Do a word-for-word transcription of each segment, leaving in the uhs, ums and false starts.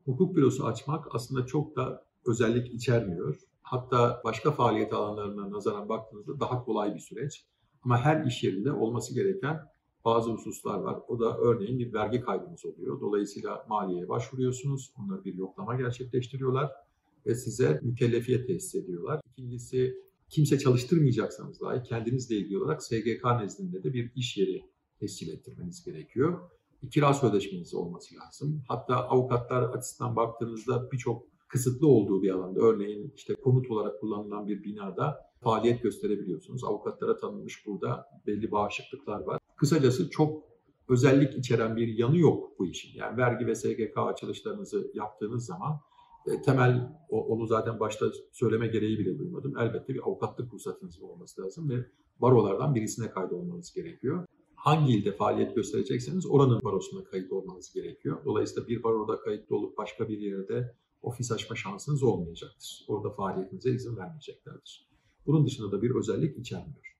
Hukuk bürosu açmak aslında çok da özellik içermiyor. Hatta başka faaliyet alanlarına nazaran baktığınızda daha kolay bir süreç. Ama her iş yerinde olması gereken bazı hususlar var. O da örneğin bir vergi kaydınız oluyor. Dolayısıyla maliyeye başvuruyorsunuz. Onlar bir yoklama gerçekleştiriyorlar ve size mükellefiyet tesis ediyorlar. İkincisi, kimse çalıştırmayacaksanız dahi kendinizle ilgili olarak S G K nezdinde de bir iş yeri tescil ettirmeniz gerekiyor. Kira sözleşmeniz olması lazım. Hatta avukatlar açısından baktığınızda birçok kısıtlı olduğu bir alanda, örneğin işte konut olarak kullanılan bir binada faaliyet gösterebiliyorsunuz. Avukatlara tanınmış burada belli bağışıklıklar var. Kısacası çok özellik içeren bir yanı yok bu işin. Yani vergi ve S G K açılışlarınızı yaptığınız zaman e, temel, onu zaten başta söyleme gereği bile duymadım. Elbette bir avukatlık ruhsatınızın olması lazım ve barolardan birisine kaydolmanız gerekiyor. Hangi ilde faaliyet gösterecekseniz oranın barosuna kayıt olmanız gerekiyor. Dolayısıyla bir baroda kayıtlı olup başka bir yerde ofis açma şansınız olmayacaktır. Orada faaliyetinize izin vermeyeceklerdir. Bunun dışında da bir özellik içermiyor.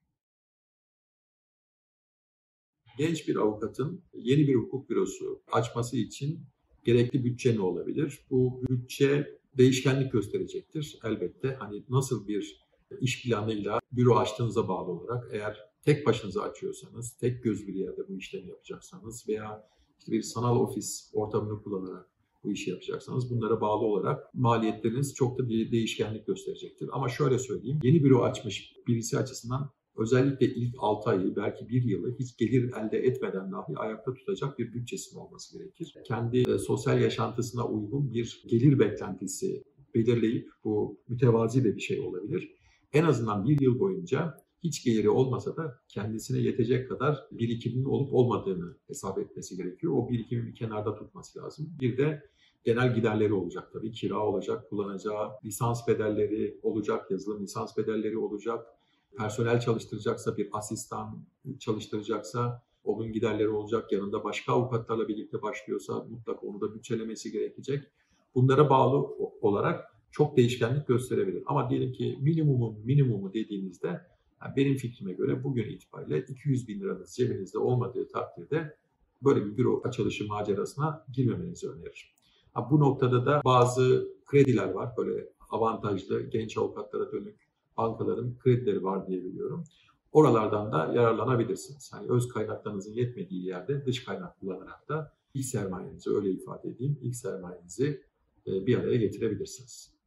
Genç bir avukatın yeni bir hukuk bürosu açması için gerekli bütçe ne olabilir? Bu bütçe değişkenlik gösterecektir elbette. Hani nasıl bir iş planıyla büro açtığınıza bağlı olarak, eğer tek başınıza açıyorsanız, tek göz bir yerde bu işlemi yapacaksanız veya işte bir sanal ofis ortamını kullanarak bu işi yapacaksanız bunlara bağlı olarak maliyetleriniz çok da bir değişkenlik gösterecektir. Ama şöyle söyleyeyim, yeni büro açmış birisi açısından özellikle ilk altı ayı, belki bir yılı hiç gelir elde etmeden dahi ayakta tutacak bir bütçesinin olması gerekir. Kendi e, sosyal yaşantısına uygun bir gelir beklentisi belirleyip, bu mütevazi de bir şey olabilir, en azından bir yıl boyunca hiç geliri olmasa da kendisine yetecek kadar birikiminin olup olmadığını hesap etmesi gerekiyor. O birikimi bir kenarda tutması lazım. Bir de genel giderleri olacak tabii. Kira olacak, kullanacağı lisans bedelleri olacak, yazılım lisans bedelleri olacak. Personel çalıştıracaksa, bir asistan çalıştıracaksa onun giderleri olacak. Yanında başka avukatlarla birlikte başlıyorsa mutlaka onu da bütçelemesi gerekecek. Bunlara bağlı olarak çok değişkenlik gösterebilir. Ama diyelim ki minimumun minimumu dediğinizde, yani benim fikrime göre bugün itibariyle iki yüz bin liranız cebinizde olmadığı takdirde böyle bir büro açılışı macerasına girmemenizi öneririm. Ha, bu noktada da bazı krediler var. Böyle avantajlı genç avukatlara dönük bankaların kredileri var diye biliyorum. Oralardan da yararlanabilirsiniz. Hani öz kaynaklarınızın yetmediği yerde dış kaynak kullanarak da ilk sermayenizi, öyle ifade edeyim, ilk sermayenizi bir araya getirebilirsiniz.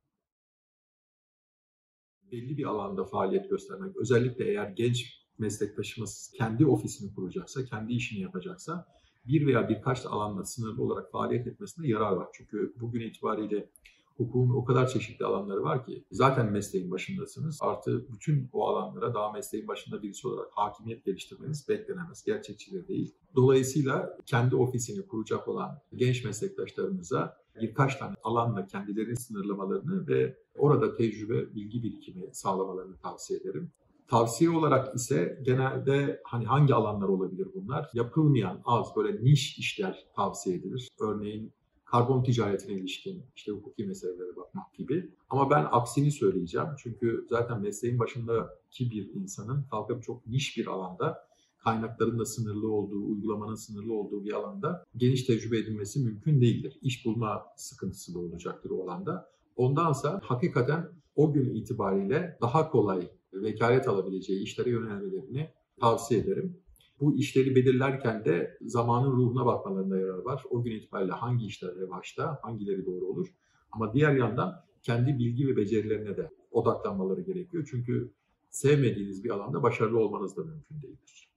Belli bir alanda faaliyet göstermek, özellikle eğer genç meslektaşımız kendi ofisini kuracaksa, kendi işini yapacaksa bir veya birkaç alanda sınırlı olarak faaliyet etmesine yarar var. Çünkü bugün itibariyle hukukun o kadar çeşitli alanları var ki zaten mesleğin başındasınız. Artı bütün o alanlara daha mesleğin başında birisi olarak hakimiyet geliştirmeniz beklenemez. Gerçekçileri değil. Dolayısıyla kendi ofisini kuracak olan genç meslektaşlarımıza birkaç tane alanla kendilerinin sınırlamalarını ve orada tecrübe, bilgi birikimi sağlamalarını tavsiye ederim. Tavsiye olarak ise genelde hani hangi alanlar olabilir bunlar? Yapılmayan az böyle niş işler tavsiye edilir. Örneğin karbon ticaretine ilişkin işte hukuki meselelere bakmak gibi. Ama ben aksini söyleyeceğim. Çünkü zaten mesleğin başındaki bir insanın kalkıp çok niş bir alanda, kaynakların da sınırlı olduğu, uygulamanın sınırlı olduğu bir alanda geniş tecrübe edinmesi mümkün değildir. İş bulma sıkıntısı da olacaktır o alanda. Ondansa hakikaten o gün itibariyle daha kolay vekalet alabileceği işlere yönelmelerini tavsiye ederim. Bu işleri belirlerken de zamanın ruhuna bakmalarında yarar var. O gün itibariyle hangi işler revaçta, hangileri doğru olur. Ama diğer yandan kendi bilgi ve becerilerine de odaklanmaları gerekiyor. Çünkü sevmediğiniz bir alanda başarılı olmanız da mümkün değildir.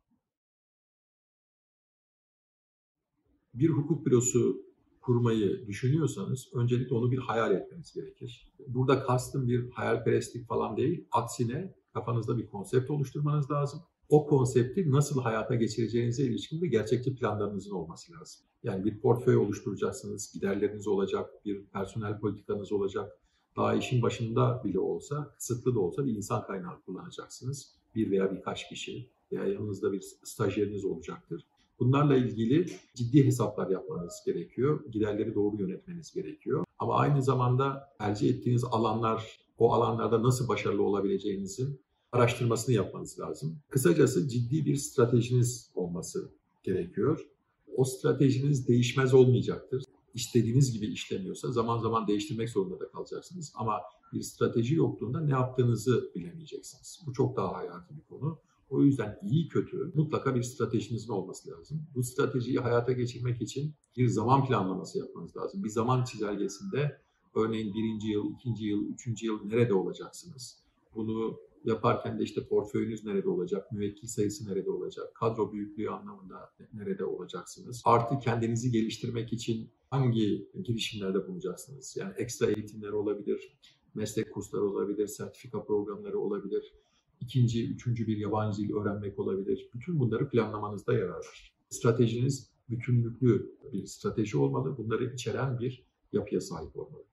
Bir hukuk bürosu kurmayı düşünüyorsanız öncelikle onu bir hayal etmeniz gerekir. Burada kastım bir hayalperestlik falan değil. Aksine kafanızda bir konsept oluşturmanız lazım. O konsepti nasıl hayata geçireceğinize ilişkin de gerçekçi planlarınızın olması lazım. Yani bir portföy oluşturacaksınız, giderleriniz olacak, bir personel politikanız olacak. Daha işin başında bile olsa, kısıtlı da olsa bir insan kaynağı kullanacaksınız. Bir veya birkaç kişi veya yanınızda bir stajyeriniz olacaktır. Bunlarla ilgili ciddi hesaplar yapmanız gerekiyor. Giderleri doğru yönetmeniz gerekiyor. Ama aynı zamanda tercih ettiğiniz alanlar, o alanlarda nasıl başarılı olabileceğinizin araştırmasını yapmanız lazım. Kısacası ciddi bir stratejiniz olması gerekiyor. O stratejiniz değişmez olmayacaktır. istediğiniz gibi işlemiyorsa zaman zaman değiştirmek zorunda da kalacaksınız. Ama bir strateji yokluğunda ne yaptığınızı bilemeyeceksiniz. Bu çok daha hayati bir konu. O yüzden iyi kötü mutlaka bir stratejinizin olması lazım. Bu stratejiyi hayata geçirmek için bir zaman planlaması yapmanız lazım. Bir zaman çizelgesinde örneğin birinci yıl, ikinci yıl, üçüncü yıl nerede olacaksınız? Bunu yaparken de işte portföyünüz nerede olacak, müvekkil sayısı nerede olacak, kadro büyüklüğü anlamında nerede olacaksınız? Artı kendinizi geliştirmek için hangi girişimlerde bulunacaksınız? Yani ekstra eğitimler olabilir, meslek kursları olabilir, sertifika programları olabilir, ikinci, üçüncü bir yabancı dil öğrenmek olabilir. Bütün bunları planlamanızda yarar var. Stratejiniz bütünlüklü bir strateji olmalı, bunları içeren bir yapıya sahip olmalı.